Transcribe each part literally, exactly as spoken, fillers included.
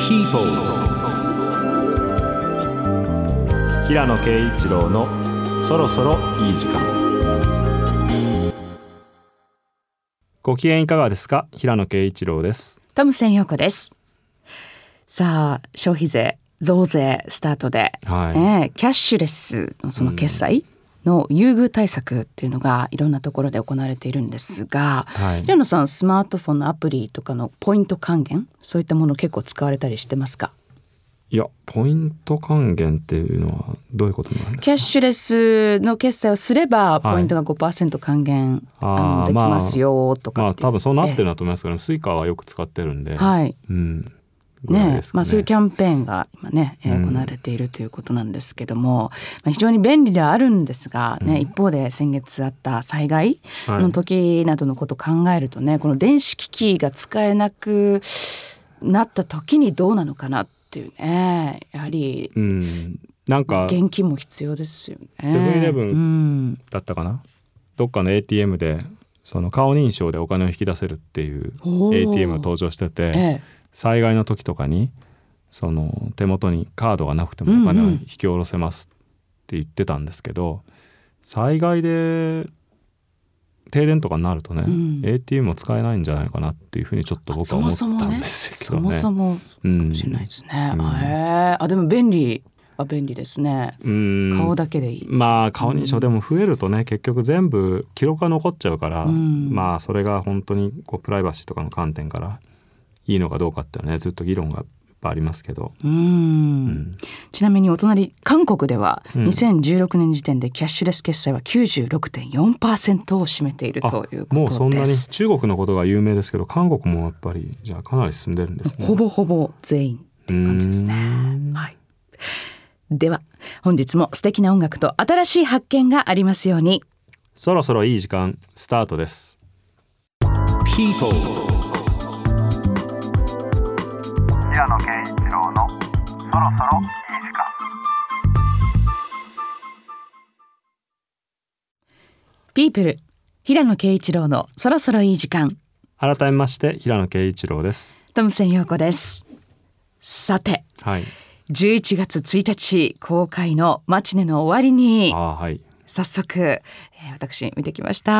People 平野啓一郎のそろそろいい時間。ご機嫌いかがですか。平野啓一郎です。 トムセン陽子です。さあ消費税増税スタートで、はいえー、キャッシュレスのその決済の優遇対策っていうのがいろんなところで行われているんですが、はい、平野さんスマートフォンのアプリとかのポイント還元そういったもの結構使われたりしてますか。 いやポイント還元っていうのはどういうことなんですか。 キャッシュレスの決済をすればポイントが ごパーセント 還元、はい、あのできますよとか、 まあ、まあ多分そうなってるんだと思いますけど、スイカはよく使ってるんで、 はいうんねねまあ、そういうキャンペーンが今ね、えー、行われているということなんですけども、まあ、非常に便利ではあるんですが、ねうん、一方で先月あった災害の時などのことを考えるとね、はい、この電子機器が使えなくなった時にどうなのかなっていうね、やはり、うん、なんか現金も必要ですよね。 セブンイレブンだったかな、うん、どっかの エーティーエム でその顔認証でお金を引き出せるっていう エーティーエム が登場してて、ええ災害の時とかにその手元にカードがなくてもお金を引き下ろせますって言ってたんですけど、うんうん、災害で停電とかになるとね、うん、エーティーエム も使えないんじゃないかなっていうふうにちょっと僕は思ったんですけどね。 そもそもねそもそもかもしれないですね、うんへあでも便利は便利ですね。うん顔だけでいい。 まあ顔認証でも増えるとね、うん、結局全部記録が残っちゃうから、うん、まあそれが本当にこうプライバシーとかの観点からいいのかどうかっていうのはねずっと議論がやっぱありますけど、うんうん、 ちなみにお隣韓国ではにせんじゅうろくねん時点でキャッシュレス決済は きゅうじゅうろくてんよんパーセント を占めているということです。 もうそんなに中国のことが有名ですけど韓国もやっぱりじゃあかなり進んでるんですね。 ほぼほぼ全員っていう感じですね、はい、では本日も素敵な音楽と新しい発見がありますように。 そろそろいい時間スタートです。 People平野啓一郎のそろそろいい時間。 ピープル平野啓一郎のそろそろいい時間。 改めまして平野啓一郎です。 トムセン陽子です。さて、はい、じゅういちがつついたち公開のマチネの終わりに、あ、はい、早速、えー、私見てきました。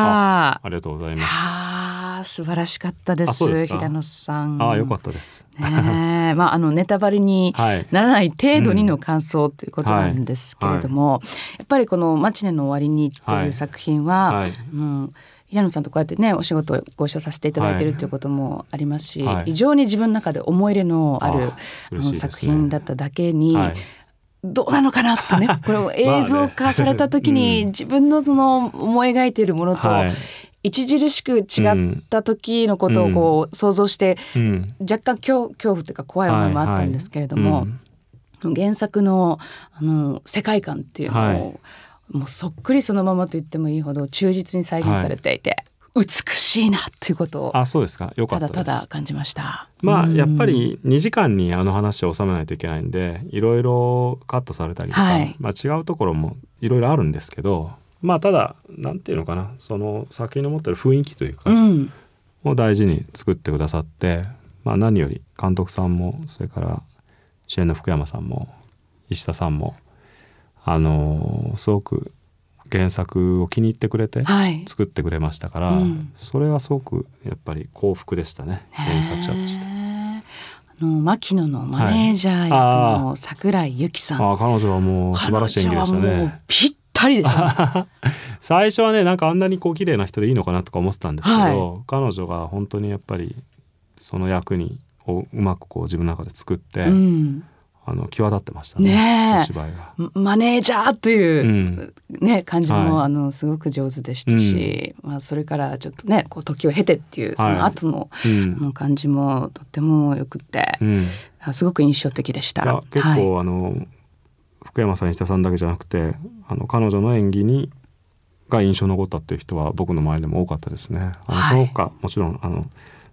あ, ありがとうございます。 あ素晴らしかったです。です平野さんあよかったです、 ねまあ、あのネタバレにならない程度にの感想ということなんですけれども、はいはい、やっぱりこのマチネの終わりにっていう作品は、はいはいうん、平野さんとこうやってねお仕事をご一緒させていただいているということもありますし、はい、非常に自分の中で思い入れのあるああの作品だっただけに、はいどうなのかなってねこれを映像化された時に自分のその思い描いているものと著しく違った時のことをこう想像して若干恐怖というか怖い思いもあったんですけれども、原作のあの世界観っていうのをもうそっくりそのままと言ってもいいほど忠実に再現されていて美しいなということをあそうですかよかったです。 ただただ感じました。 まあやっぱりにじかんにあの話を収めないといけないんでいろいろカットされたりとか、はいまあ、違うところもいろいろあるんですけど、まあただなんていうのかなその作品の持ってる雰囲気というか、うん、を大事に作ってくださって、まあ、何より監督さんもそれから主演の福山さんも石田さんもあのすごく原作を気に入ってくれて作ってくれましたから、はいうん、それはすごくやっぱり幸福でしたね原作者として。 あの牧野のマネージャー役の桜井由紀さん、 はい、あ彼女はもう素晴らしい演技でしたね。 彼女はもうぴったりでした最初はねなんかあんなにこう綺麗な人でいいのかなとか思ってたんですけど、はい、彼女が本当にやっぱりその役にをうまくこう自分の中で作って、うんあの際立ってました ね, ねお芝居がマネージャーという、うんね、感じも、はい、あのすごく上手でしたし、うんまあ、それからちょっとねこう時を経てっていうその後の、はいうん、感じもとってもよくて、うん、すごく印象的でした。 結構、はい、あの福山さん石田さんだけじゃなくてあの彼女の演技にが印象に残ったっていう人は僕の周りでも多かったですね。あの、はい、その他もちろんあの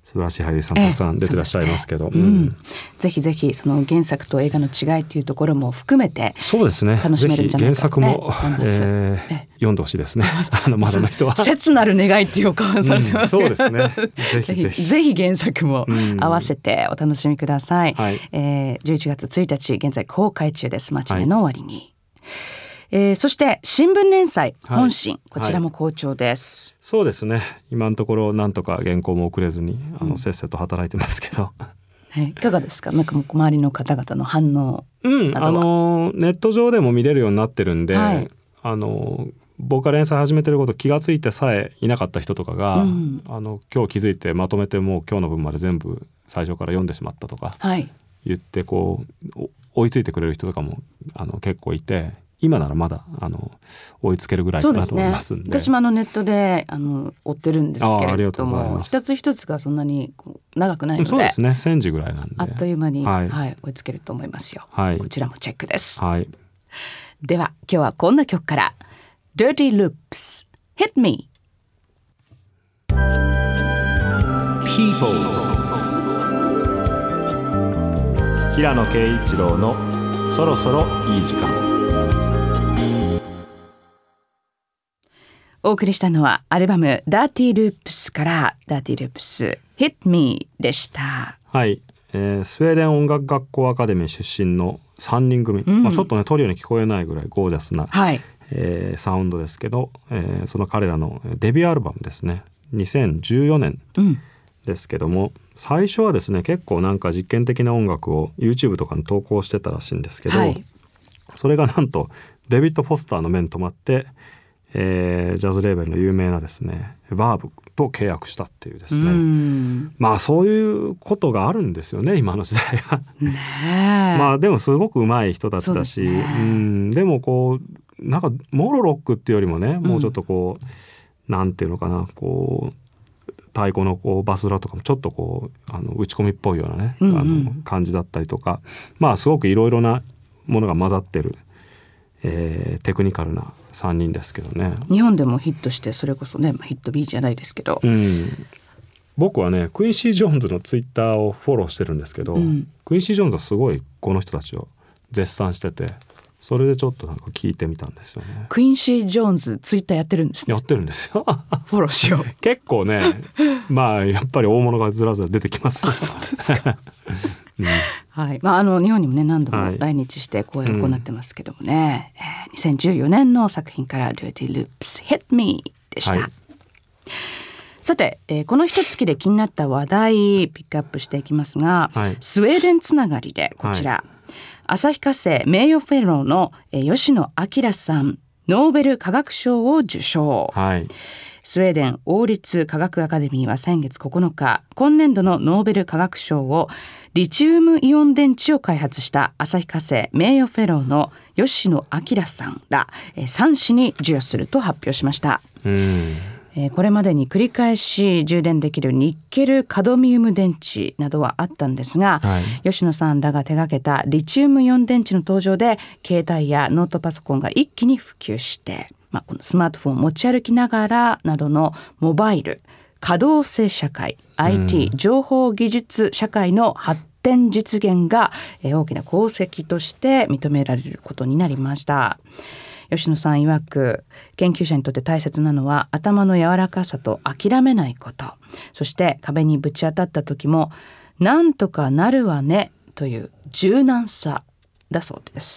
素晴らしい俳優さんたくさん出てらっしゃいますけど、 ええ、うん、ぜひぜひその原作と映画の違いというところも含めてそうですね、 楽しめるんじゃないかと、ね、 ぜひ原作も、えーええ、読んでほしいですねあのまだの人は切なる願いっていうお顔されてます、 うん、そうですねぜひぜひぜひ原作も合わせてお楽しみください、 はい、 えー、じゅういちがつついたち現在公開中です。マチネの終わりに、はい、えー、そして新聞連載本心、はい、こちらも好調です、 はい、そうですね、今のところなんとか原稿も遅れずにあの、うん、せっせと働いてますけどいかがですか、なんかもう周りの方々の反応などは、 うん、あのネット上でも見れるようになってるんで、はい、あの僕が連載始めてること気がついてさえいなかった人とかが、うん、あの今日気づいてまとめてもう今日の分まで全部最初から読んでしまったとか言ってこう追いついてくれる人とかもあの結構いて、今ならまだあの追いつけるぐらいかなと思いますんで。 そうですね、私もあのネットであの追ってるんですけれども、一つ一つがそんなにこう長くないので、 そうですね、せんじぐらいなんであっという間に、はいはい、追いつけると思いますよ、はい、こちらもチェックです、 はい、 では今日はこんな曲から Dirty Loops Hit Me People 平野啓一郎のそろそろいい時間。 お送りしたのはアルバム Dirty Loops から Dirty Loops Hit Me でした。 はい、えー、スウェーデン音楽学校アカデミー出身のさんにん組、うん、まあ、ちょっとねトリオに聞こえないぐらいゴージャスな、はい、えー、サウンドですけど、えー、その彼らのデビューアルバムですね、にせんじゅうよねんですけども、うん、最初はですね結構なんか実験的な音楽を YouTube とかに投稿してたらしいんですけど、はい、それがなんとデビッド・フォスターの目に留まって、えー、ジャズレーベルの有名なですねバーブと契約したっていうですね、うん、まあそういうことがあるんですよね今の時代はね。まあでもすごく上手い人たちだし、ね、うん、でもこうなんかモロロックっていうよりもね、うん、もうちょっとこうなんていうのかな、こう太鼓のこうバスラとかもちょっとこうあの打ち込みっぽいようなね、うんうん、あの感じだったりとか、まあすごくいろいろなものが混ざってる、えー、テクニカルなさんにんですけどね。 日本でもヒットして、それこそね、まあ、ヒット B じゃないですけど、うん、 僕はねクインシー・ジョーンズのツイッターをフォローしてるんですけど、うん、クインシー・ジョーンズはすごいこの人たちを絶賛してて、それでちょっとなんか聞いてみたんですよね。 クインシー・ジョーンズツイッターやってるんですね。 やってるんですよフォローしよう結構ねまあやっぱり大物がずらずら出てきますそうですかうん、はい、まあ、あの日本にもね何度も来日して講演を行ってますけどもね、はい、うん、えー、にせんじゅうよねんの作品から Dirty Loops Hit Me でした、はい、さて、えー、この一月で気になった話題ピックアップしていきますが、はい、スウェーデンつながりでこちら、はい、旭化成名誉フェローの、えー、吉野彰さんノーベル化学賞を受賞、はい、スウェーデン王立科学アカデミーは先月ここのか、今年度のノーベル化学賞をリチウムイオン電池を開発した旭化成名誉フェローの吉野彰さんらさん氏に授与すると発表しました。うん、これまでに繰り返し充電できるニッケルカドミウム電池などはあったんですが、はい、吉野さんらが手掛けたリチウムイオン電池の登場で携帯やノートパソコンが一気に普及して、まあ、このスマートフォンを持ち歩きながらなどのモバイル稼働性社会 アイティー、うん、情報技術社会の発展実現が大きな功績として認められることになりました。吉野さん曰く、研究者にとって大切なのは頭の柔らかさと諦めないこと、そして壁にぶち当たった時もなんとかなるわねという柔軟さだそうです。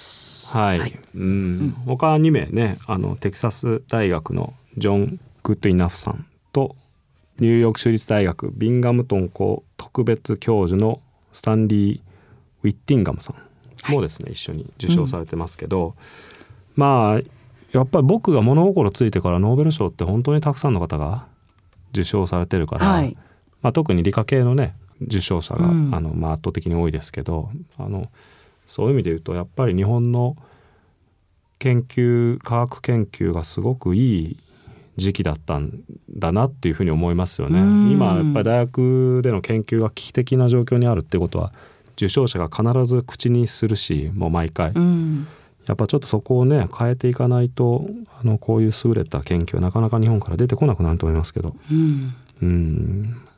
はい、はい、うん、うん、他にめいね、あのテキサス大学のジョン・グッドイナフさんとニューヨーク州立大学ビンガムトン校特別教授のスタンリー・ウィッティンガムさんもですね、はい、一緒に受賞されてますけど、うん、まあやっぱり僕が物心ついてからノーベル賞って本当にたくさんの方が受賞されてるから、はい、まあ、特に理科系のね受賞者が、うん、あのまあ、圧倒的に多いですけど、あのそういう意味で言うとやっぱり日本の研究科学研究がすごくいい時期だったんだなっていうふうに思いますよね。今やっぱり大学での研究が危機的な状況にあるってことは受賞者が必ず口にするし、もう毎回、うん、やっぱちょっとそこをね変えていかないと、あのこういう優れた研究はなかなか日本から出てこなくなると思いますけど、うんうん、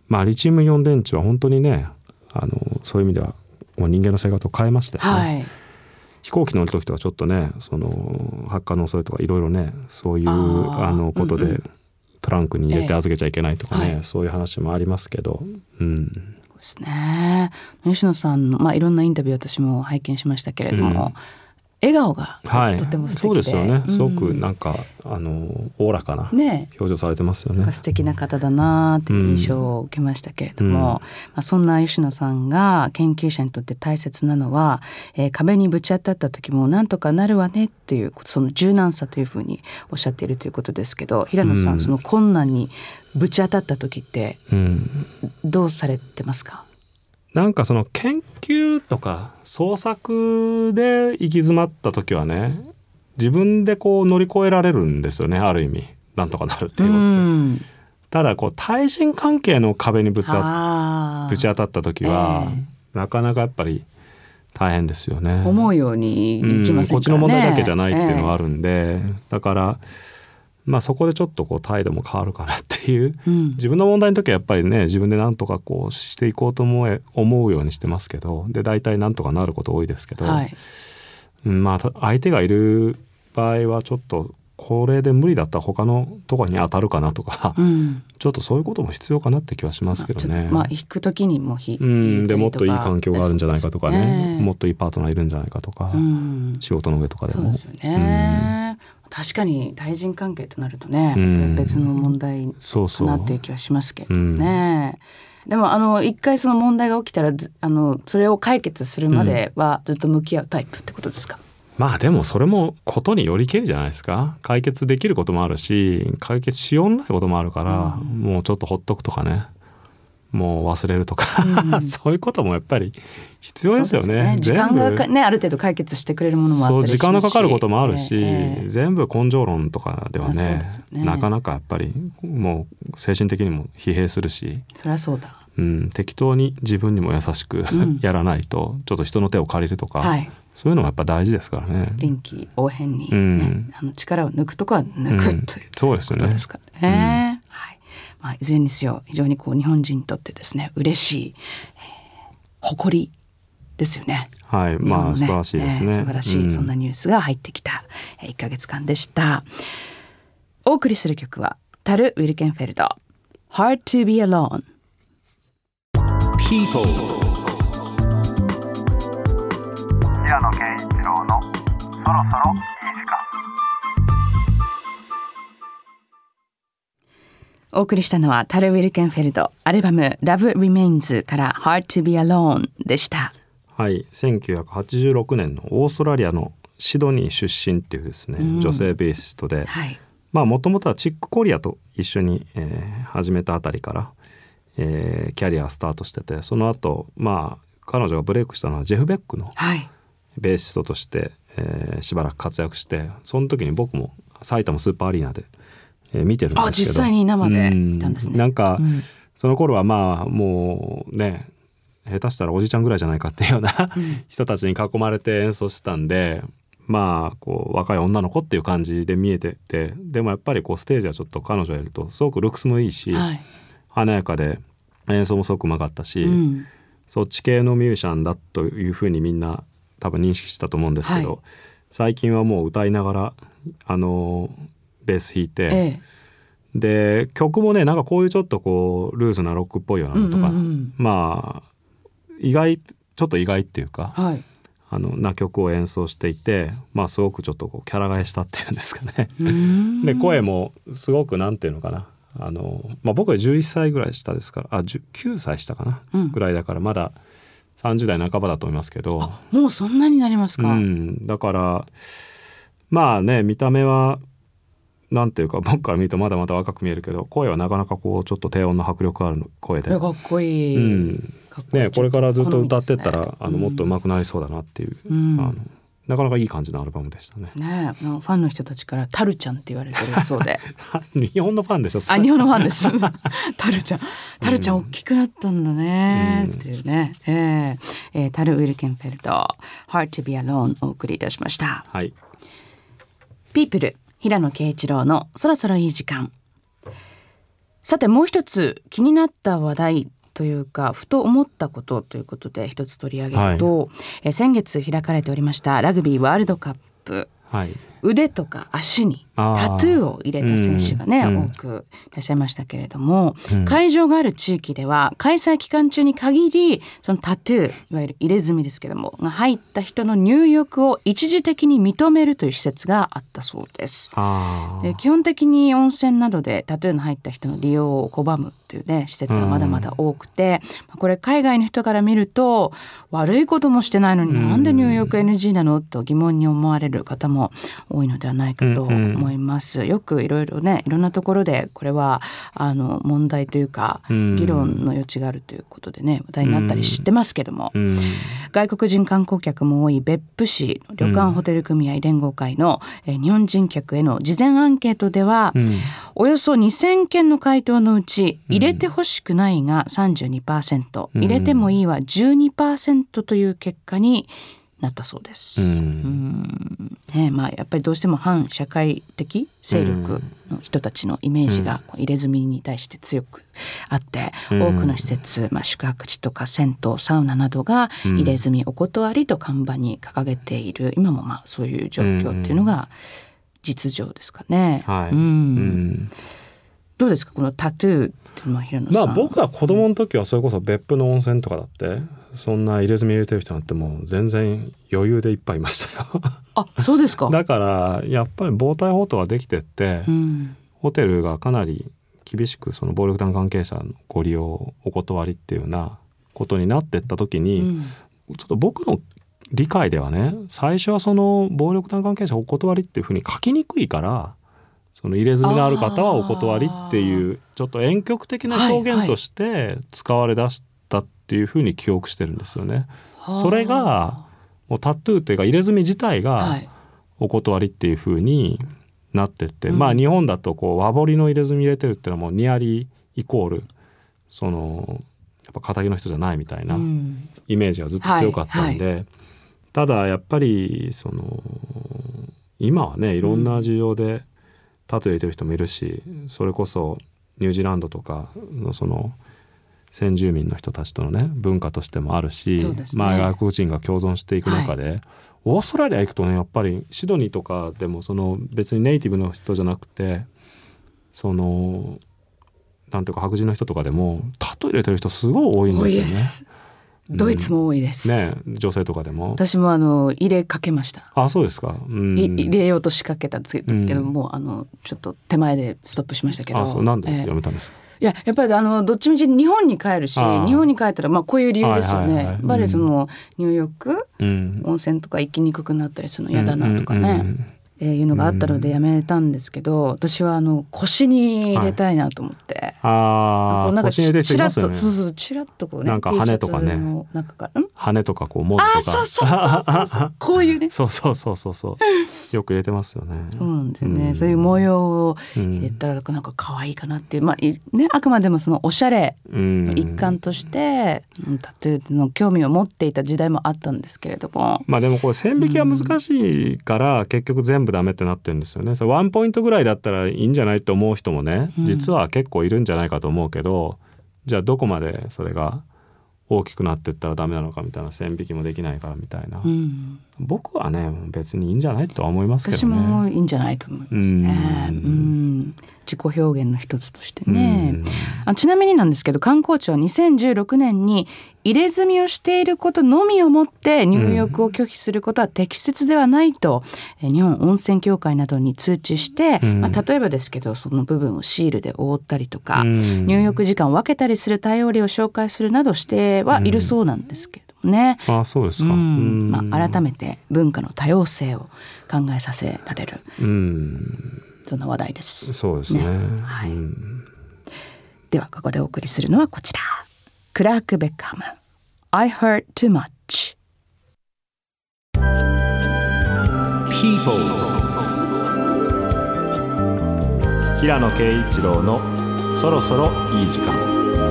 まあリチウムイオン電池は本当にねあのそういう意味ではもう人間の生活を変えましたよね、はい、飛行機乗る時とかちょっとねその発火の恐れとかいろいろねそういうあのことで、うんうん、トランクに入れて預けちゃいけないとかね、えーはい、そういう話もありますけど、うん、 そうですね。吉野さんの、まあ、いろんなインタビュー私も拝見しましたけれども、うん笑顔がとても素敵で、はい、そうですよね、 うん、すごくなんかあのおおらかな表情されてますよね。 素敵な方だなという印象を受けましたけれども、うんまあ、そんな吉野さんが研究者にとって大切なのは、えー、壁にぶち当たった時もなんとかなるわねっていうその柔軟さというふうにおっしゃっているということですけど、平野さん、うん、その困難にぶち当たった時ってどうされてますか？ なんかその研究とか創作で行き詰まった時はね自分でこう乗り越えられるんですよね。ある意味なんとかなるっていうことで、うん、ただこう対人関係の壁にぶち当たった時は、えー、なかなかやっぱり大変ですよね。 思うようにいきませんからね、うん、こっちの問題だけじゃないっていうのはあるんで、えー、だからまあ、そこでちょっとこう態度も変わるかなっていう、うん、自分の問題の時はやっぱりね自分で何とかこうしていこうと思え思うようにしてますけど、で大体何とかなること多いですけど、はいうん、まあ相手がいる場合はちょっとこれで無理だったら他のところに当たるかなとか、うん、ちょっとそういうことも必要かなって気はしますけどね。 まあ、引く時にも引い、 うん、でもっといい環境があるんじゃないかとかね、もっといいパートナーいるんじゃないかとか、うん、仕事の上とかでも。そうですよね、うん確かに対人関係となるとね、うん、別の問題かなっていう気はしますけどね。うん、でもあの一回その問題が起きたらあのそれを解決するまではずっと向き合うタイプってことですか？ うん、まあでもそれもことによりけりじゃないですか。解決できることもあるし解決しようのないこともあるから、うん、もうちょっとほっとくとかねもう忘れるとか、うん、そういうこともやっぱり必要ですよ ね, ね時間が、ね、ある程度解決してくれるものもあったりしますし、 そう時間のかかることもあるし、えー、全部根性論とかでは ね, ねなかなかやっぱりもう精神的にも疲弊するし、 そりゃそうだ、 うん、適当に自分にも優しく、うん、やらないとちょっと人の手を借りるとか、はい、そういうのもやっぱ大事ですからね。 臨機応変に、ねうん、あの力を抜くとこは抜く、うん、ということですからね、うんはいまあ、いずれにせよ非常にこう日本人にとってですね嬉しい、えー、誇りですよね。 はい、まあ、ね、素晴らしいですね、えー、 素晴らしい、うん、そんなニュースが入ってきたいっかげつかんでした。お送りする曲はタル・ウィルケンフェルド Hard to be alone People 平野啓一郎のそろそろいい時間。お送りしたのはタル・ウィルケンフェルドアルバム Love Remains から Hard to be alone でした。 はい、せんきゅうひゃくはちじゅうろくねんのオーストラリアのシドニー出身っていうですね、うん、女性ベーシストで、はい、まあもともとはチックコリアと一緒に、えー、始めたあたりから、えー、キャリアスタートしてて、その後まあ彼女がブレイクしたのはジェフ・ベックのベーシストとして、はいえー、しばらく活躍して、その時に僕も埼玉スーパーアリーナでえー、見てるんですけど、あ実際に生で見たんですね。 なんか、うん、その頃はまあもうね下手したらおじちゃんぐらいじゃないかっていうような、うん、人たちに囲まれて演奏してたんで、まあこう若い女の子っていう感じで見えてて、でもやっぱりこうステージはちょっと彼女やるとすごくルックスもいいし、はい、華やかで演奏もすごくうまかったし、うん、そっち系のミュージシャンだというふうにみんな多分認識したと思うんですけど、はい、最近はもう歌いながらあのベース弾いて、ええ、で曲もねなんかこういうちょっとこうルーズなロックっぽいようなのとか、うんうんうん、まあ意外ちょっと意外っていうか、はい、あのな曲を演奏していて、まあすごくちょっとこうキャラ替えしたっていうんですかねで声もすごくなんていうのかな、あの、まあ、僕はじゅういっさいぐらい下ですから、あきゅうさい下かな、うん、ぐらいだからまださんじゅうだいなかばだと思いますけど、 あもうそんなになりますか、 うん、だからまあね見た目はなんていうか僕から見るとまだまだ若く見えるけど、声はなかなかこうちょっと低音の迫力ある声でかっこいい、 うんね、これからずっと歌ってったら、ね、あのもっと上手くなりそうだなっていう、うん、あのなかなかいい感じのアルバムでしたね。 ねファンの人たちからタルちゃんって言われてるそうで日本のファンでしょ。 あ日本のファンですタルちゃんタルちゃん大きくなったんだね、うん、っていうね、えーえー、タル・ウィルケンフェルド Hard to be alone お送りいたしました。 はい、 ピープル平野啓一郎のそろそろいい時間。 さてもう一つ気になった話題というかふと思ったことということで一つ取り上げると、はい、え先月開かれておりましたラグビーワールドカップ、はい、腕とか足にタトゥーを入れた選手がね、うん、多くいらっしゃいましたけれども、うん、会場がある地域では開催期間中に限りそのタトゥーいわゆる入れ墨ですけどもが入った人の入浴を一時的に認めるという施設があったそうです。で基本的に温泉などでタトゥーの入った人の利用を拒むというね施設はまだまだ多くて、うん、これ海外の人から見ると悪いこともしてないのになんで入浴 エヌジー なのと疑問に思われる方も多いのではないかと思います。よくいろいろねいろんなところでこれはあの問題というか議論の余地があるということでね話題になったりしてますけども、外国人観光客も多い別府市の旅館ホテル組合連合会の日本人客への事前アンケートではおよそにせんけんの回答のうち入れてほしくないが さんじゅうにパーセント、入れてもいいは じゅうにパーセント という結果になったそうです。うんうんねまあ、やっぱりどうしても反社会的勢力の人たちのイメージが入れ墨に対して強くあって、多くの施設、まあ、宿泊地とか銭湯サウナなどが入れ墨お断りと看板に掲げている今もまあそういう状況っていうのが実情ですかね。はいうん、どうですかこのタトゥーっていうのは平野さん。 まあ、僕は子供の時はそれこそ別府の温泉とかだってそんな入れ墨入れてる人なんてもう全然余裕でいっぱいいましたよあ、そうですか。 だからやっぱり暴対法とはできてって、うん、ホテルがかなり厳しくその暴力団関係者のご利用をお断りっていうようなことになってった時に、うん、ちょっと僕の理解ではね最初はその暴力団関係者お断りっていうふうに書きにくいからその入れ墨のある方はお断りっていうちょっと婉曲的な表現として使われ出したっていうふうに記憶してるんですよね。それがもうタトゥーというか入れ墨自体がお断りっていうふうになってって、はい、まあ日本だとこう和彫りの入れ墨入れてるっていうのはもうニアリーイコールそのやっぱ仇の人じゃないみたいなイメージがずっと強かったんで、はいはい、ただやっぱりその今はねいろんな事情でタトゥー入れてる人もいるし、それこそニュージーランドとかのその先住民の人たちとのね文化としてもあるし、ねまあ、外国人が共存していく中で、はい、オーストラリア行くとねやっぱりシドニーとかでもその別にネイティブの人じゃなくてそのなんていうか白人の人とかでもタトゥー入れてる人すごい多いんですよね。 ドイツも多いです、 うんね、女性とかでも私もあの入れかけました。 あ、そうですか、うん、 入れようと仕掛けたんですけど、うん、もうあのちょっと手前でストップしましたけど。 あ、そうなんでやめたんですか。 えー、いややっぱりあのどっちみち日本に帰るし日本に帰ったらまあこういう理由ですよね、はいはいはい、やっぱりその入浴、うん、温泉とか行きにくくなったりするの嫌だなとかね、うんうんうんえー、いうのがあったのでやめたんですけど、私はあの腰に入れたいなと思って、はい、 ああ腰に入れてますよね。 そうそうチラッとこうねなんか羽とかね中からん羽とかこう文字とかあそうそうそうそうこういうねそうそうそうそうそうよく入れてますよね。 そうなんですよね、うん、そういう模様を入れたらなんか可愛いかなっていう、まあね、あくまでもそのおしゃれの一環として、うん、タトゥーの興味を持っていた時代もあったんですけれども、 まあでもこれ線引きは難しいから、うん、結局全部ダメってなってるんですよね。それワンポイントぐらいだったらいいんじゃないと思う人もね、うん、実は結構いるんじゃないかと思うけど、じゃあどこまでそれが大きくなっていったらダメなのかみたいな線引きもできないからみたいな、うん、僕はね別にいいんじゃないとは思いますけどね。 私もいいんじゃないと思いますね。うんうん自己表現の一つとしてね、うん、あちなみになんですけど観光庁はにせんじゅうろくねんに入れ墨をしていることのみをもって入浴を拒否することは適切ではないと、うん、日本温泉協会などに通知して、うんまあ、例えばですけどその部分をシールで覆ったりとか、うん、入浴時間を分けたりする対応例を紹介するなどしてはいるそうなんですけどね、 うん、あそうですか、うんまあ、改めて文化の多様性を考えさせられる、うんそんな話題です。 そうですね。ねはいうん、ではここでお送りするのはこちら。クラーク・ベックハム I heard too much People 平野啓一郎のそろそろいい時間。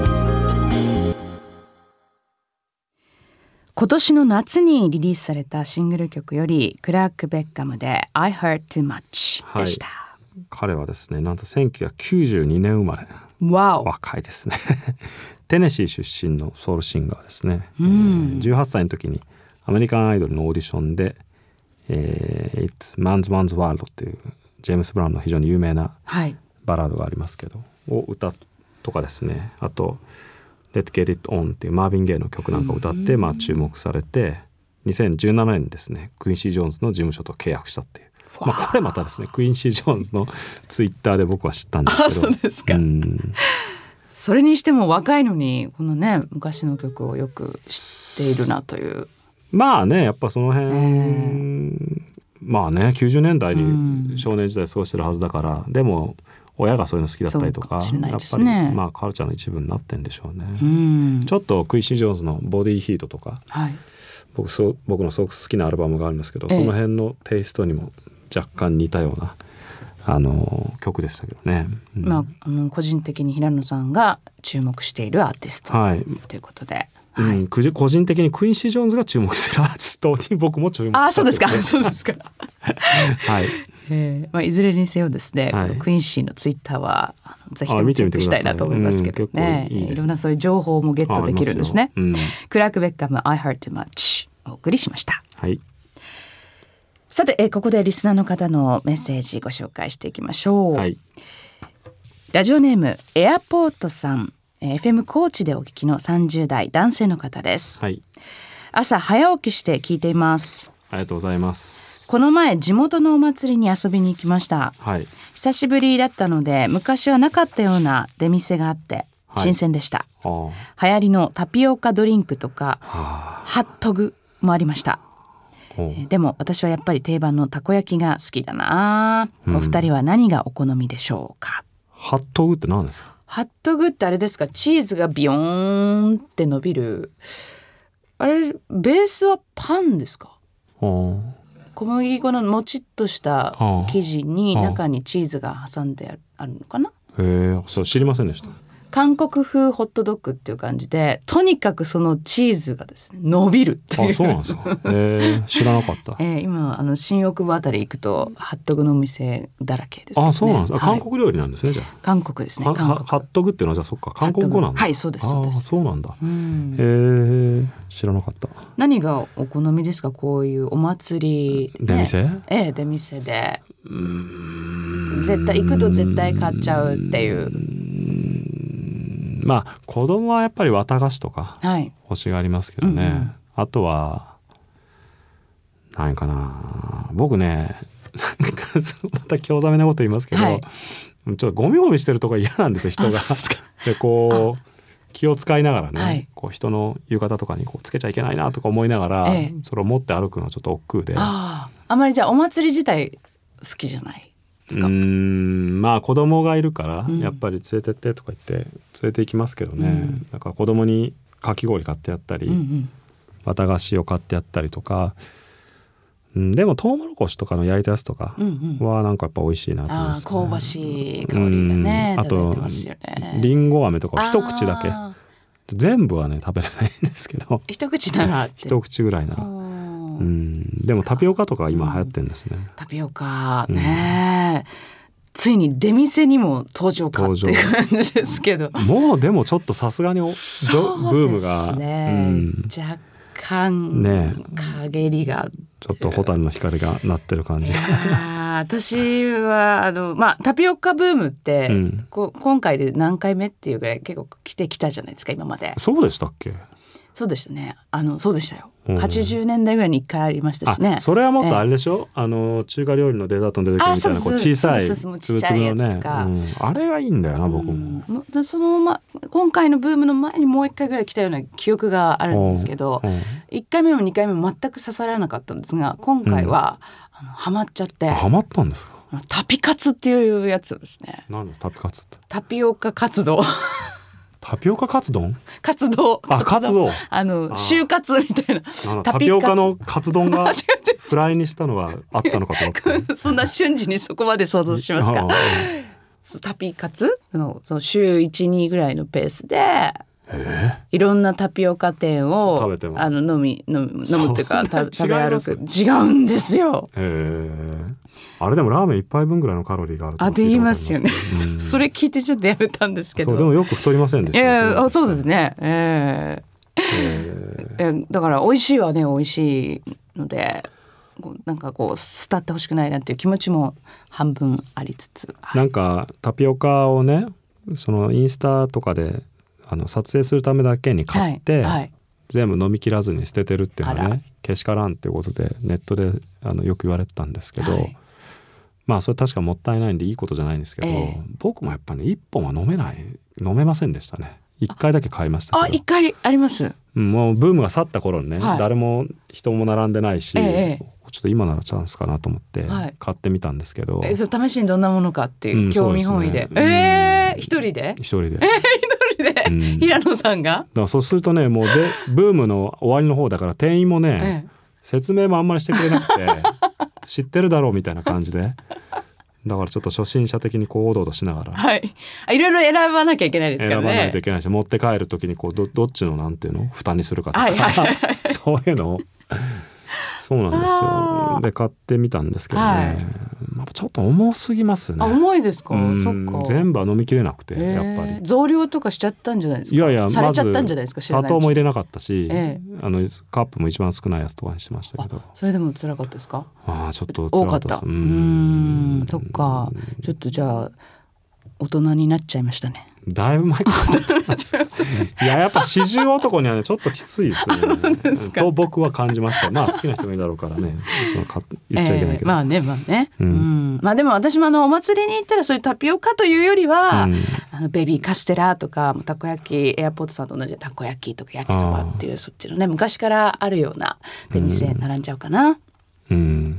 今年の夏にリリースされたシングル曲よりクラーク・ベックハムで I heard too much でした。 はい彼はですねなんとせんきゅうひゃくきゅうじゅうにねん生まれわお、 若いですねテネシー出身のソウルシンガーですね、 うん、 じゅうはっさいの時にアメリカンアイドルのオーディションで、えー、It's Man's Man's World っていうジェームス・ブラウンの非常に有名なバラードがありますけど、はい、を歌とかですね、あと Let's Get It On っていうマーヴィン・ゲイの曲なんかを歌って、まあ、注目されてにせんじゅうななねんにですねクインシー・ジョーンズの事務所と契約したっていう、まあ、これまたですねクインシー・ジョーンズのツイッターで僕は知ったんですけど。 そうですか。うん、それにしても若いのにこのね昔の曲をよく知っているなという。 まあねやっぱその辺、えー、まあねきゅうじゅうねんだいに少年時代過ごしてるはずだから、うん、でも親がそういうの好きだったりとか、 そうかもしれないですね、 ね、 やっぱりまあカルチャーの一部になってんでしょうね、 うん、 ちょっとクインシー・ジョーンズのボディヒートとか、 はい、 僕, そう僕のすごく好きなアルバムがあるんですけど、ええ、その辺のテイストにも若干似たようなあの曲でしたけどね、 うんまあ、あの個人的に平野さんが注目しているアーティスト、はい、ということで、 うん、個人的にクインシー・ジョーンズが注目してるアーティストに僕も注目した、 あ、そうですかそうですかはい、 えーまあ、いずれにせよですね、はい、クインシーのツイッターはぜひともチェックしたいなと思いますけどね、うん、いいですね、いろんなそういう情報もゲットできるんですね、うん、クラーク・ベッカム I Heart Too Much お送りしました、 はい、 さて、えー、ここでリスナーの方のメッセージご紹介していきましょう、はい、ラジオネームエアポートさん、エフエム 高知でお聞きのさんじゅう代男性の方です、はい、朝早起きして聞いています。 ありがとうございます。 この前地元のお祭りに遊びに行きました、 はい、 久しぶりだったので昔はなかったような出店があって新鮮でした、はい、流行りのタピオカドリンクとかハットグもありました。でも私はやっぱり定番のたこ焼きが好きだな、うん、お二人は何がお好みでしょうか。 ハットグって何ですか。 ハットグってあれですか、チーズがビヨーンって伸びる、あれベースはパンですか。小麦粉のもちっとした生地に中にチーズが挟んであるのかな。 へえ、そう知りませんでした。 韓国風ホットドッグっていう感じで、とにかくそのチーズがですね伸びるっていう。 あ、そうなんですか。えー、知らなかった。 えー、今あの新大久保あたり行くとハットグのお店だらけですけどね。 あ、そうなんですか、はい、韓国料理なんですね。じゃあ韓国ですね。韓国ハットグっていうのはじゃあそっか韓国語なんだ。 はい、そうですそうです。 あ、そうなんだ。うん、へえ、知らなかった。 何がお好みですか、こういうお祭り、ね、 出店？ ええ、出店でうーん絶対行くと絶対買っちゃうっていう。 まあ子供はやっぱり綿菓子とか欲しがりますけどね、はい、うんうん、あとは何かな、僕ねまた興ざめなこと言いますけど、はい、ちょっとゴミゴミしてるとこ嫌なんですよ人が。でこう気を使いながらね、はい、こう人の浴衣とかにこうつけちゃいけないなとか思いながら、ええ、それを持って歩くのはちょっと億劫で、 ああまりじゃあお祭り自体好きじゃない。 うーん、まあ子供がいるからやっぱり連れてってとか言って連れて行きますけどね、うん、だから子供にかき氷買ってやったり、うんうん、綿菓子を買ってやったりとか、うん、でもトウモロコシとかの焼いたやつとかはなんかやっぱ美味しいなと思います、ね、 あ、香ばしい香りがね、 あとりんご飴とか一口だけ、全部はね食べれないんですけど一口ならって一口ぐらいなら、うん、でもタピオカとか今流行ってるんですね、うん、 タピオカね、うん、ついに出店にも登場かっていう感じですけど、 もうでもちょっとさすがにブームが、 ね、うん、若干ね陰りがちょっと蛍の光が鳴ってる感じ。 私はあの、まあ、タピオカブームって、うん、こ今回で何回目っていうぐらい結構来てきたじゃないですか今まで。 そうでしたっけ。 そうでしたね、あのそうでしたよ、うん、はちじゅうねんだいぐらいにいっかいありましたしね。 それはもっとあれでしょ、えー、あの中華料理のデザートの出てくるみたいなこう小さいつぶつぶのね、うん、あれがいいんだよな僕も、 うん、その、ま、今回のブームの前にもういっかいぐらい来たような記憶があるんですけど、いっかいめもにかいめも全く刺さらなかったんですが、今回は、うん、あのハマっちゃって。 ハマったんですか。 タピカツっていうやつですね。 何ですタピカツって。 タピオカ活動タピオカカツ丼？ 活動。 あ、カツ丼。 あの就活みたいな。 タピオカのカツ丼がフライにしたのがあったのかと思って。 そんな瞬時にそこまで想像しますか。タピカツの週いち、にぐらいのペースで。えー、いろんなタピオカ店を食べてもあの飲み飲む飲むっていうか食べ歩く。違うんですよ。 へーあれでもラーメン一杯分ぐらいのカロリーがあるとあって言いますよね、うん、それ聞いてちょっとやめたんですけど。 そうでもよく太りませんでした。 えー、あそうですね、えーえーえー、だから美味しいはね美味しいのでなんかこう伝ってほしくないなっていう気持ちも半分ありつつ、 はい、なんかタピオカをねそのインスタとかであの撮影するためだけに買って、はいはい、全部飲み切らずに捨ててるっていうのはねけしからんっていうことでネットであのよく言われてたんですけど、はい、まあそれ確かもったいないんでいいことじゃないんですけど、えー、僕もやっぱね一本は飲めない飲めませんでしたね。一回だけ買いましたけど。 あ、一回あります。 もうブームが去った頃にね、はい、誰も人も並んでないし、ええ、ちょっと今ならチャンスかなと思って買ってみたんですけど、はい、 えそ試しにどんなものかっていう、うん、興味本位で、で、ね、えー、一人で一人で、 えー、一人で、うん、平野さんがだからそうするとねもうでブームの終わりの方だから店員もね、ええ、説明もあんまりしてくれなくて知ってるだろうみたいな感じでだからちょっと初心者的にこうおどおどしながら、 はい、いろいろ選ばなきゃいけないですからね。 選ばないといけないし持って帰る時にこう ど, どっちのなんていうの負担にするかとか、はいはいはい、そういうのをそうなんですよ。で買ってみたんですけどね、はいまあ、ちょっと重すぎますね。 あ重いですか。そっか全部は飲みきれなくて、えー、やっぱり増量とかしちゃったんじゃないですか。 いやいやされちゃったんじゃないですか。 まず砂糖も入れなかったし、えー、あのカップも一番少ないやつとかにしましたけど。 それでも辛かったですか。 あちょっと辛かったです。 多かった。うーんそっかちょっとじゃあ大人になっちゃいましたね。 だいぶ前からいややっぱ四十男にはねちょっときついですねと僕は感じました。まあ好きな人がいるだろうからねそのか言っちゃいけないけど、 えー、まあねまあね、うんうん、まあでも私もあのお祭りに行ったらそういうタピオカというよりは、うん、あのベビーカステラとかたこ焼きエアポートさんと同じたこ焼きとか焼きそばっていうそっちのね昔からあるようなで店並んじゃうかな、うん、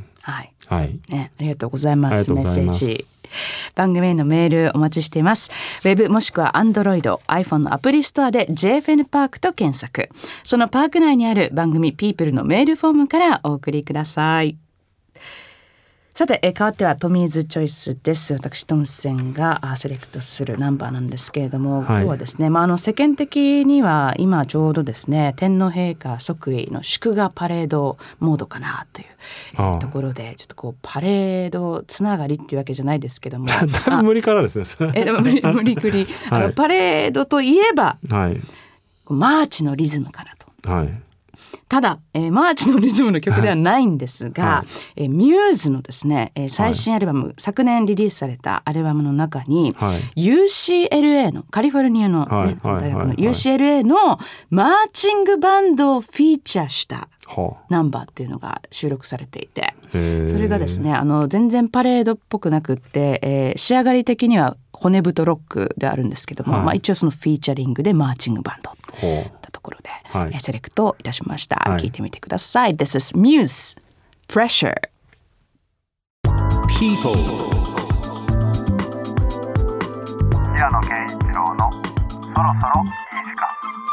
はい、はいね、ありがとうございます。メッセージ番組へのメールお待ちしています。ウェブもしくは Android、iPhone のアプリストアで ジェイエフエヌ パークと検索。そのパーク内にある番組 People のメールフォームからお送りください。さて、え変わってはトミーズチョイスです。私トムセンがセレクトするナンバーなんですけれども、はい、今日はですね、まあ、あの世間的には今ちょうどですね天皇陛下即位の祝賀パレードモードかなというえー、ところでちょっとこうパレードつながりっていうわけじゃないですけどもだいぶ無理からですねえでも無理無理くり、はい、あのパレードといえば、 はい、 マーチのリズムかなと、 はいただ、えー、マーチのリズムの曲ではないんですが、はいえー、ミューズのですね、えー、最新アルバム、はい、昨年リリースされたアルバムの中に、はい、ユーシーエルエー のカリフォルニアの、ねはい、大学の ユーシーエルエー のマーチングバンドをフィーチャーしたナンバーっていうのが収録されていて、それがですねあの全然パレードっぽくなくって、えー、仕上がり的には骨太ロックであるんですけども、はいまあ、一応そのフィーチャリングでマーチングバンドったところで、はい、セレクトいたしました、はい、聞いてみてください。 This is Muse Pressure People 平野啓一郎のそろそろいい時間。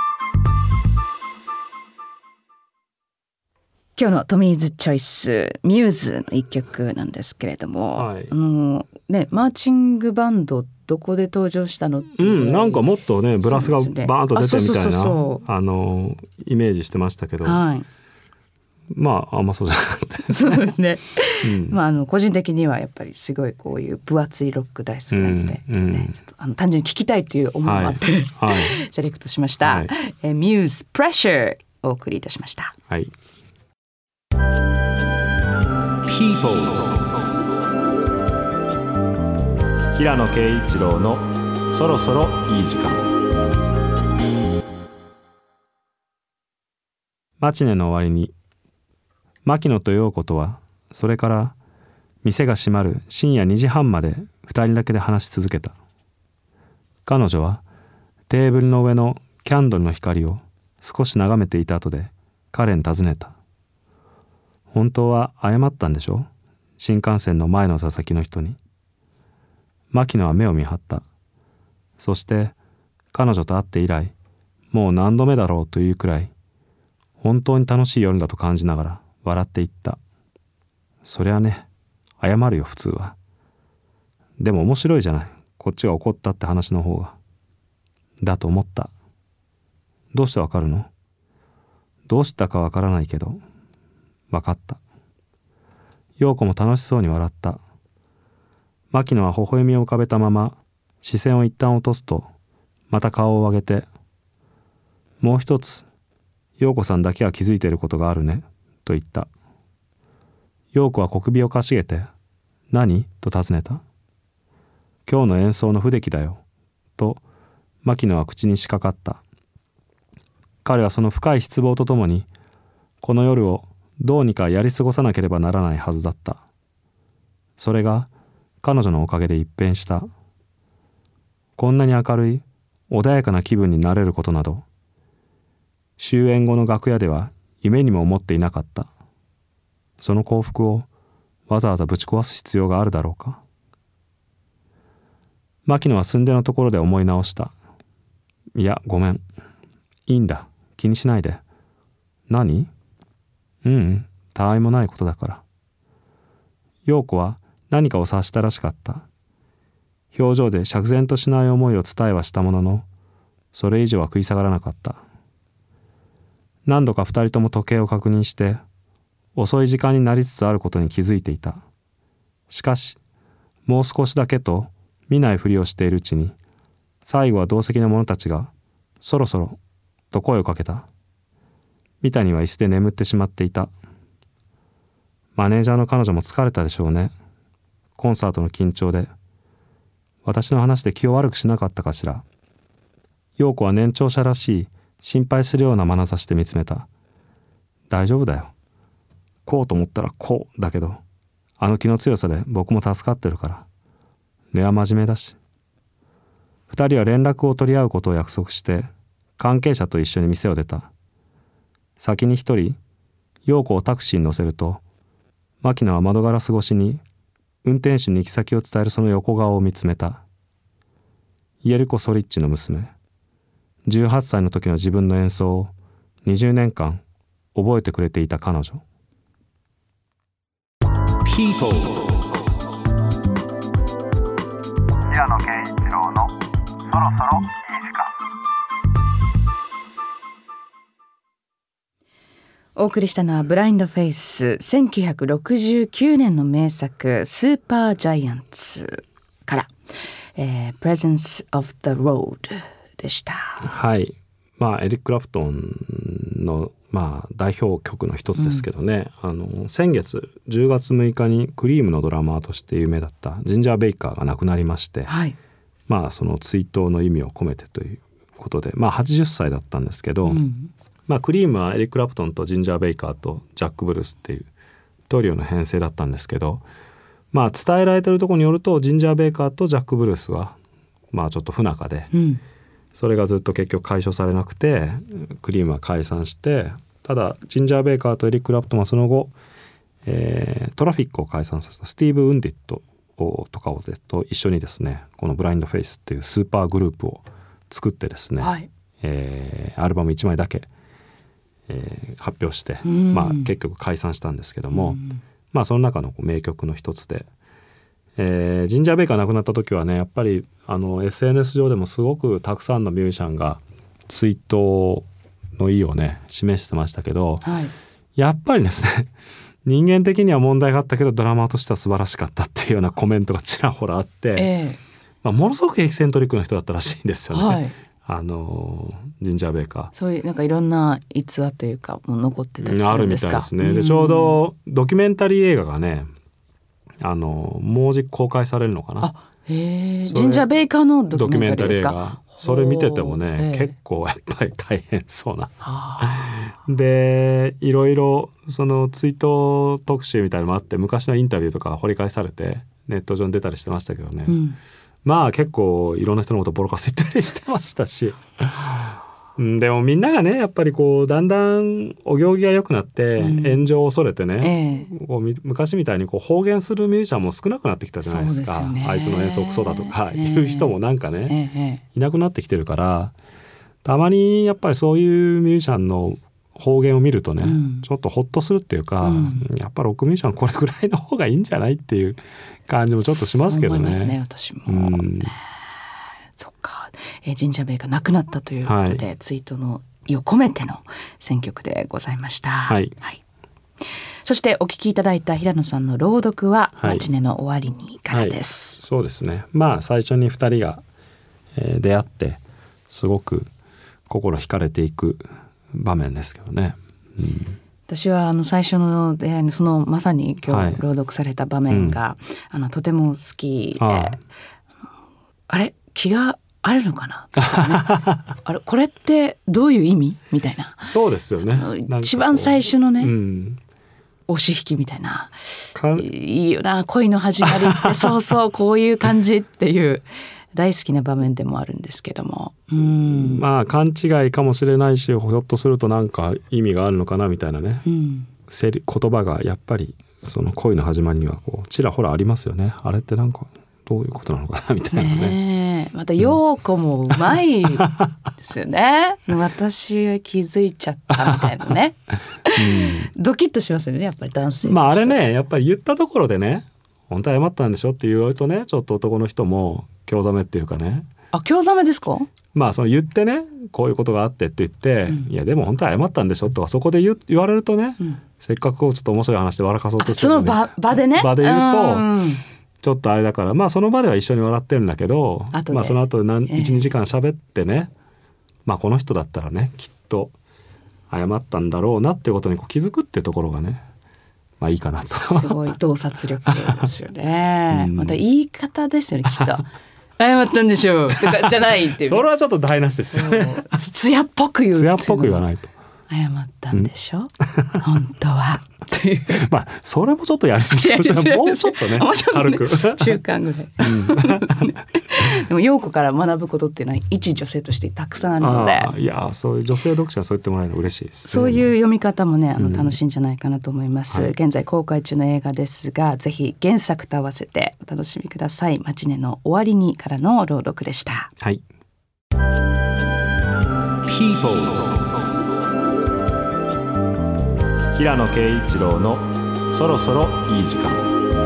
今日のトミーズチョイスミューズの一曲なんですけれども、はいあのね、マーチングバンドどこで登場したのって、うん、 なんかもっとねブラスがバーンと出てみたいなあのイメージしてましたけど、はい、まああんまそうじゃなかったそうですね、うんまあ、あの個人的にはやっぱりすごいこういう分厚いロック大好きなので、うんうんね、ちょっとあの単純に聞きたいっていう思いもあって、はいはい、セレクトしました、はいえー、Muse Pressure をお送りいたしました。 はい People 平野啓一郎のそろそろいい時間。 マチネの終わりに牧野と陽子とはそれから店が閉まる深夜にじはんまで二人だけで話し続けた。彼女はテーブルの上のキャンドルの光を少し眺めていた後で彼に尋ねた。本当は謝ったんでしょ？新幹線の前の座席の人に。牧野は目を見張った。そして彼女と会って以来もう何度目だろうというくらい本当に楽しい夜だと感じながら笑っていった。そりゃね、謝るよ普通は。でも面白いじゃない、こっちが怒ったって話の方が。だと思った。どうしてわかるの？どうしたかわからないけどわかった。 陽子も楽しそうに笑った。牧野は微笑みを浮かべたまま視線を一旦落とすと、また顔を上げて、もう一つ陽子さんだけは気づいていることがあるねと言った。陽子は小首をかしげて、何と尋ねた。今日の演奏の不出来だよと牧野は口にしかかった。彼はその深い失望とともにこの夜をどうにかやり過ごさなければならないはずだった。それが彼女のおかげで一変した。こんなに明るい穏やかな気分になれることなど終演後の楽屋では夢にも思っていなかった。その幸福をわざわざぶち壊す必要があるだろうか。牧野はすんでのところで思い直した。いやごめん、いいんだ、気にしないで。何？ううん、たわいもないことだから。陽子は何かを察したらしかった。表情で釈然としない思いを伝えはしたものの、それ以上は食い下がらなかった。何度か二人とも時計を確認して遅い時間になりつつあることに気づいていた。しかしもう少しだけと見ないふりをしているうちに、最後は同席の者たちがそろそろと声をかけた。三谷は椅子で眠ってしまっていた。マネージャーの彼女も疲れたでしょうね。コンサートの緊張で。私の話で気を悪くしなかったかしら。陽子は年長者らしい心配するような眼差しで見つめた。大丈夫だよ。こうと思ったらこうだけど、あの気の強さで僕も助かってるから。根は真面目だし。二人は連絡を取り合うことを約束して関係者と一緒に店を出た。先に一人陽子をタクシーに乗せると、牧野は窓ガラス越しに運転手に行き先を伝えるその横顔を見つめた。イエルコ・ソリッチの娘、じゅうはっさいの時の自分の演奏をにじゅうねんかん覚えてくれていた彼女。 People 平野啓一郎のそろそろいい時間。 お送りしたのはブラインドフェイス、せんきゅうひゃくろくじゅうきゅうねんの名作スーパージャイアンツから、えー、Presence of the Road でした。 はい、まあエリック・クラプトンの、まあ、代表曲の一つですけどね、うん、あの先月じゅうがつむいかにクリームのドラマーとして有名だったジンジャー・ベイカーが亡くなりまして、はい、まあその追悼の意味を込めてということで、まあはちじゅっさいだったんですけど、うんまあ、クリームはエリック・クラプトンとジンジャー・ベイカーとジャック・ブルースっていうトリオの編成だったんですけど、まあ伝えられてるところによるとジンジャー・ベイカーとジャック・ブルースはまあちょっと不仲で、うん、それがずっと結局解消されなくてクリームは解散して、ただジンジャー・ベイカーとエリック・クラプトンはその後、えー、トラフィックを解散させたスティーブ・ウンディットとかをと一緒にですね、このブラインドフェイスっていうスーパーグループを作ってですね、はいえー、アルバムいちまいだけえー、発表して、まあ、結局解散したんですけども、まあその中の名曲の一つで、えー、ジンジャー・ベイカー亡くなった時はね、やっぱりあの エスエヌエス 上でもすごくたくさんのミュージシャンが追悼の意をね示してましたけど、はい、やっぱりですね人間的には問題があったけどドラマーとしては素晴らしかったっていうようなコメントがちらほらあって、えーまあ、ものすごくエキセントリックな人だったらしいんですよね、はいあのジンジャー・ベイカー。 そういうなんかいろんな逸話というかもう残ってたりするんですか。 あるみたいですね。でちょうどドキュメンタリー映画がねあのもうじき公開されるのかな。 あへジンジャー・ベイカーのドキュメンタリーですか。ドキュメンタリー映画それ見ててもね結構やっぱり大変そうなでいろいろその追悼特集みたいなのもあって昔のインタビューとか掘り返されてネット上に出たりしてましたけどね、うんまあ結構いろんな人のことボロカス言ったりしてましたしでもみんながねやっぱりこうだんだんお行儀が良くなって炎上を恐れてね、うんえー、こう昔みたいにこう方言するミュージシャンも少なくなってきたじゃないですか。そうですよね、あいつの演奏クソだとかいう人もなんかね、えー、いなくなってきてるからたまにやっぱりそういうミュージシャンの方言を見るとね、うん、ちょっとホッとするっていうか、うん、やっぱロックミュージシャンこれぐらいの方がいいんじゃないっていう感じもちょっとしますけどね。 そう思いますね私も、うん、そっか、えー、ジンジャー・ベイが亡くなったということで、はい、追悼の意を込めての選曲でございました、はいはい、 そしてお聞きいただいた平野さんの朗読はマチネの終わりにからです、 はいはい、そうですね。まあ最初にふたりが、えー、出会ってすごく心惹かれていく場面ですけどね、うん、 私はあの最初の出会いのそのまさに今日朗読された場面が、はいうん、あのとても好きで、あ, あれ気があるのかな、ね、あれこれってどういう意味みたいな。 そうですよね。 一番最初のね、 うん、 押し引きみたいな、いいよな恋の始まりってそうそうこういう感じっていう大好きな場面でもあるんですけども、うんまあ勘違いかもしれないし、ひょっとするとなんか意味があるのかなみたいなね、うん、言葉がやっぱりその恋の始まりにはこうちらほらありますよね。あれってなんかどういうことなのかなみたいな ね, ねまた陽子もうまいですよね、うん、私気づいちゃったみたいなね、うん、ドキッとしますよねやっぱり男性。 まああれねやっぱり言ったところでね本当は謝ったんでしょって言うとねちょっと男の人も興ざめっていうかね。 あ興ざめですか。 まあその言ってねこういうことがあってって言って、うん、いやでも本当は謝ったんでしょとかそこで 言, 言われるとね、うん、せっかくこうちょっと面白い話で笑かそうとしてるのに、 その 場, 場でね場で言うと、うんちょっとあれだからまあその場では一緒に笑ってるんだけど、まあ、その後何、えー、いちにじかん喋ってね、まあこの人だったらねきっと謝ったんだろうなっていうことにこう気づくっていうところがねまあいいかなと。 すごい洞察力ですよね、うん、また言い方ですよねきっと謝ったんでしょうとかじゃないっていう、ね、 それはちょっと台無しですよね。 つやっぽく言うつやっぽく言わないと謝ったんでしょ、うん、本当はっていうまあそれもちょっとやりすぎもうちょっとね軽く中間ぐらい、うん、でも陽子から学ぶことっていうのは一女性としてたくさんあるので、 あいやそういう女性読者にそう言ってもらえるの嬉しいです、ね、 そういう読み方もねあの楽しいんじゃないかなと思います、うんはい、現在公開中の映画ですがぜひ原作と合わせてお楽しみください。マチネの終わりにからの朗読でした。 はい。 People平野啓一郎のそろそろいい時間。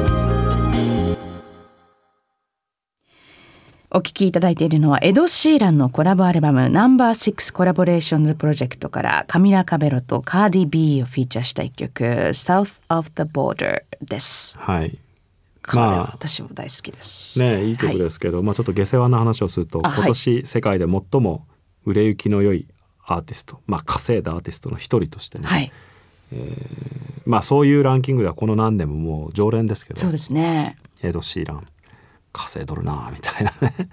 お聞きいただいているのはエド・シーランのコラボアルバムナンバーシックスコラボレーションズプロジェクトからカミラ・カベロとカーディ・ビーをフィーチャーした一曲 South of the Border です。 はい、 これは私も大好きです、 まあ、ねいい曲ですけど、はいまあ、ちょっと下世話な話をすると今年世界で最も売れ行きの良いアーティスト、まあ、稼いだアーティストの一人としてね、はいえーまあ、そういうランキングではこの何年ももう常連ですけど、 そうですね、 エド・シーラン稼いどるなみたいなね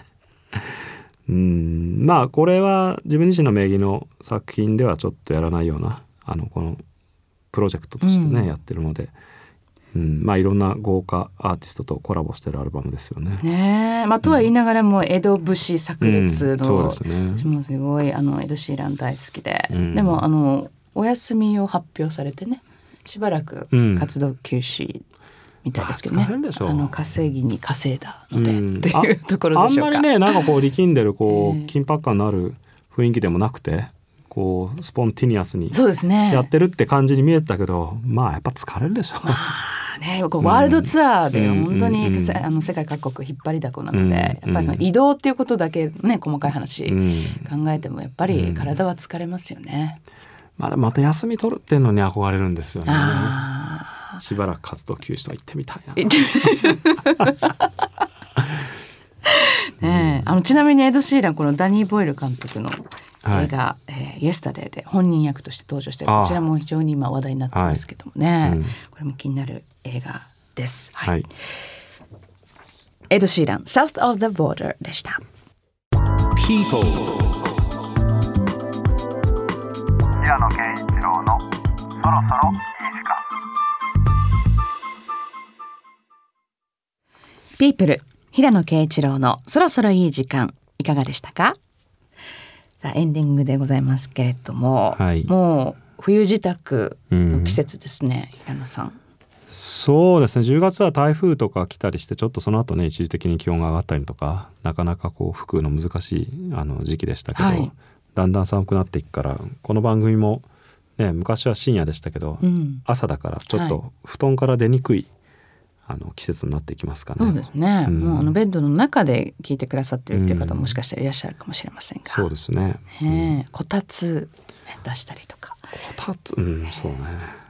うんまあこれは自分自身の名義の作品ではちょっとやらないようなあのこのプロジェクトとしてね、うん、やってるので、うんまあ、いろんな豪華アーティストとコラボしてるアルバムですよね。 ねえ、まあ、とは言いながらも江戸節炸裂の、うん、 そうですね、 私もすごいあのエド・シーラン大好きで、うん、でもあのお休みを発表されてねしばらく活動休止みたいですけどね、うん、あの稼ぎに稼いだので、うん、っていうところでしょうか。 あ, あんまりねなんかこう力んでるこう緊迫感のある雰囲気でもなくてこうスポンティニアスにやってるって感じに見えたけど、ね、まあやっぱ疲れるでしょう、まあね、こうワールドツアーで本当に、うん、あの世界各国引っ張りだこなので、うん、やっぱりその移動っていうことだけね細かい話考えてもやっぱり体は疲れますよね、 うん、まだまた休み取るっていうのに憧れるんですよね。しばらく活動休止と行ってみたいなねえ、あのちなみにエド・シーランこのダニー・ボイル監督の映画、はいえー、イエスタデーで本人役として登場してこちらも非常に今話題になってますけどもね、はいうん、これも気になる映画です、はいはい、エド・シーラン South of the Border でした。 People 平野啓一郎のそろそろいい時間。 ピープル平野啓一郎のそろそろいい時間いかがでしたか。エンディングでございますけれども、はい、もう冬支度の季節ですね、うん、平野さん。 そうですね、じゅうがつは台風とか来たりしてちょっとその後ね一時的に気温が上がったりとかなかなかこう吹くの難しいあの時期でしたけど、はい、だんだん寒くなっていくからこの番組も、ね、昔は深夜でしたけど、うん、朝だからちょっと布団から出にくい、はい、あの季節になっていきますかね。 そうですね、うん、もうあのベッドの中で聞いてくださってるっていう方もしかしたらいらっしゃるかもしれませんが、 うん、そうですね、 ね、こたつ、ね、出したりとかこたつ、うん、そうね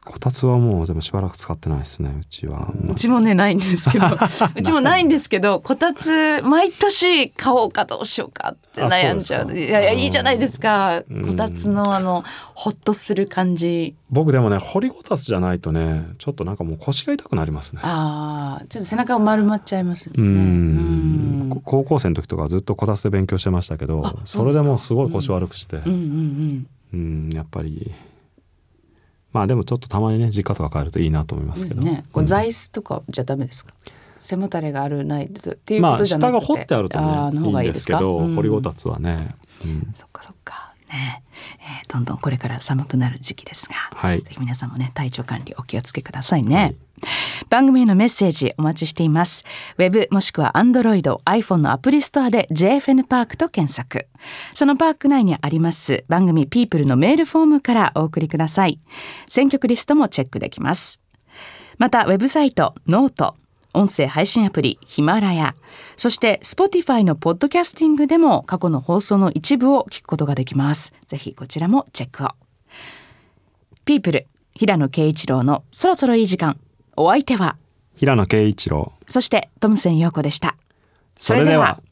こたつはもうでもしばらく使ってないですね。うちはうちもねないんですけどうちもないんですけどこたつ毎年買おうかどうしようかって悩んじゃう。いやいやいいじゃないですか、うん、こたつのあのホッとする感じ。 僕でもね掘りこたつじゃないとねちょっとなんかもう腰が痛くなりますね。 ああちょっと背中が丸まっちゃいますよね。 うんうん高校生の時とかずっとこたつで勉強してましたけどそれでもすごい腰悪くして、うんうんうんうん、やっぱりまあでもちょっとたまにね実家とか帰るといいなと思いますけど、うんね、 これ座椅子とかじゃダメですか、うん、背もたれがあるないっていうことじゃなくて、まあ、 下が掘ってあるとねいいんですけど、うん、掘りごたつはね、 うん、そっかそっかね、えー、どんどんこれから寒くなる時期ですが、はい、ぜひ皆さんもね体調管理お気をつけくださいね、はい、番組へのメッセージお待ちしています。ウェブもしくは Android、iPhone のアプリストアで ジェイエフエヌ パークと検索。そのパーク内にあります番組 People のメールフォームからお送りください。選曲リストもチェックできます。またウェブサイト、ノート、音声配信アプリヒマラヤ、そして Spotify のポッドキャスティングでも過去の放送の一部を聞くことができます。ぜひこちらもチェックを。People 平野啓一郎のそろそろいい時間。お相手は平野啓一郎、 そしてトムセン陽子でした。 それでは。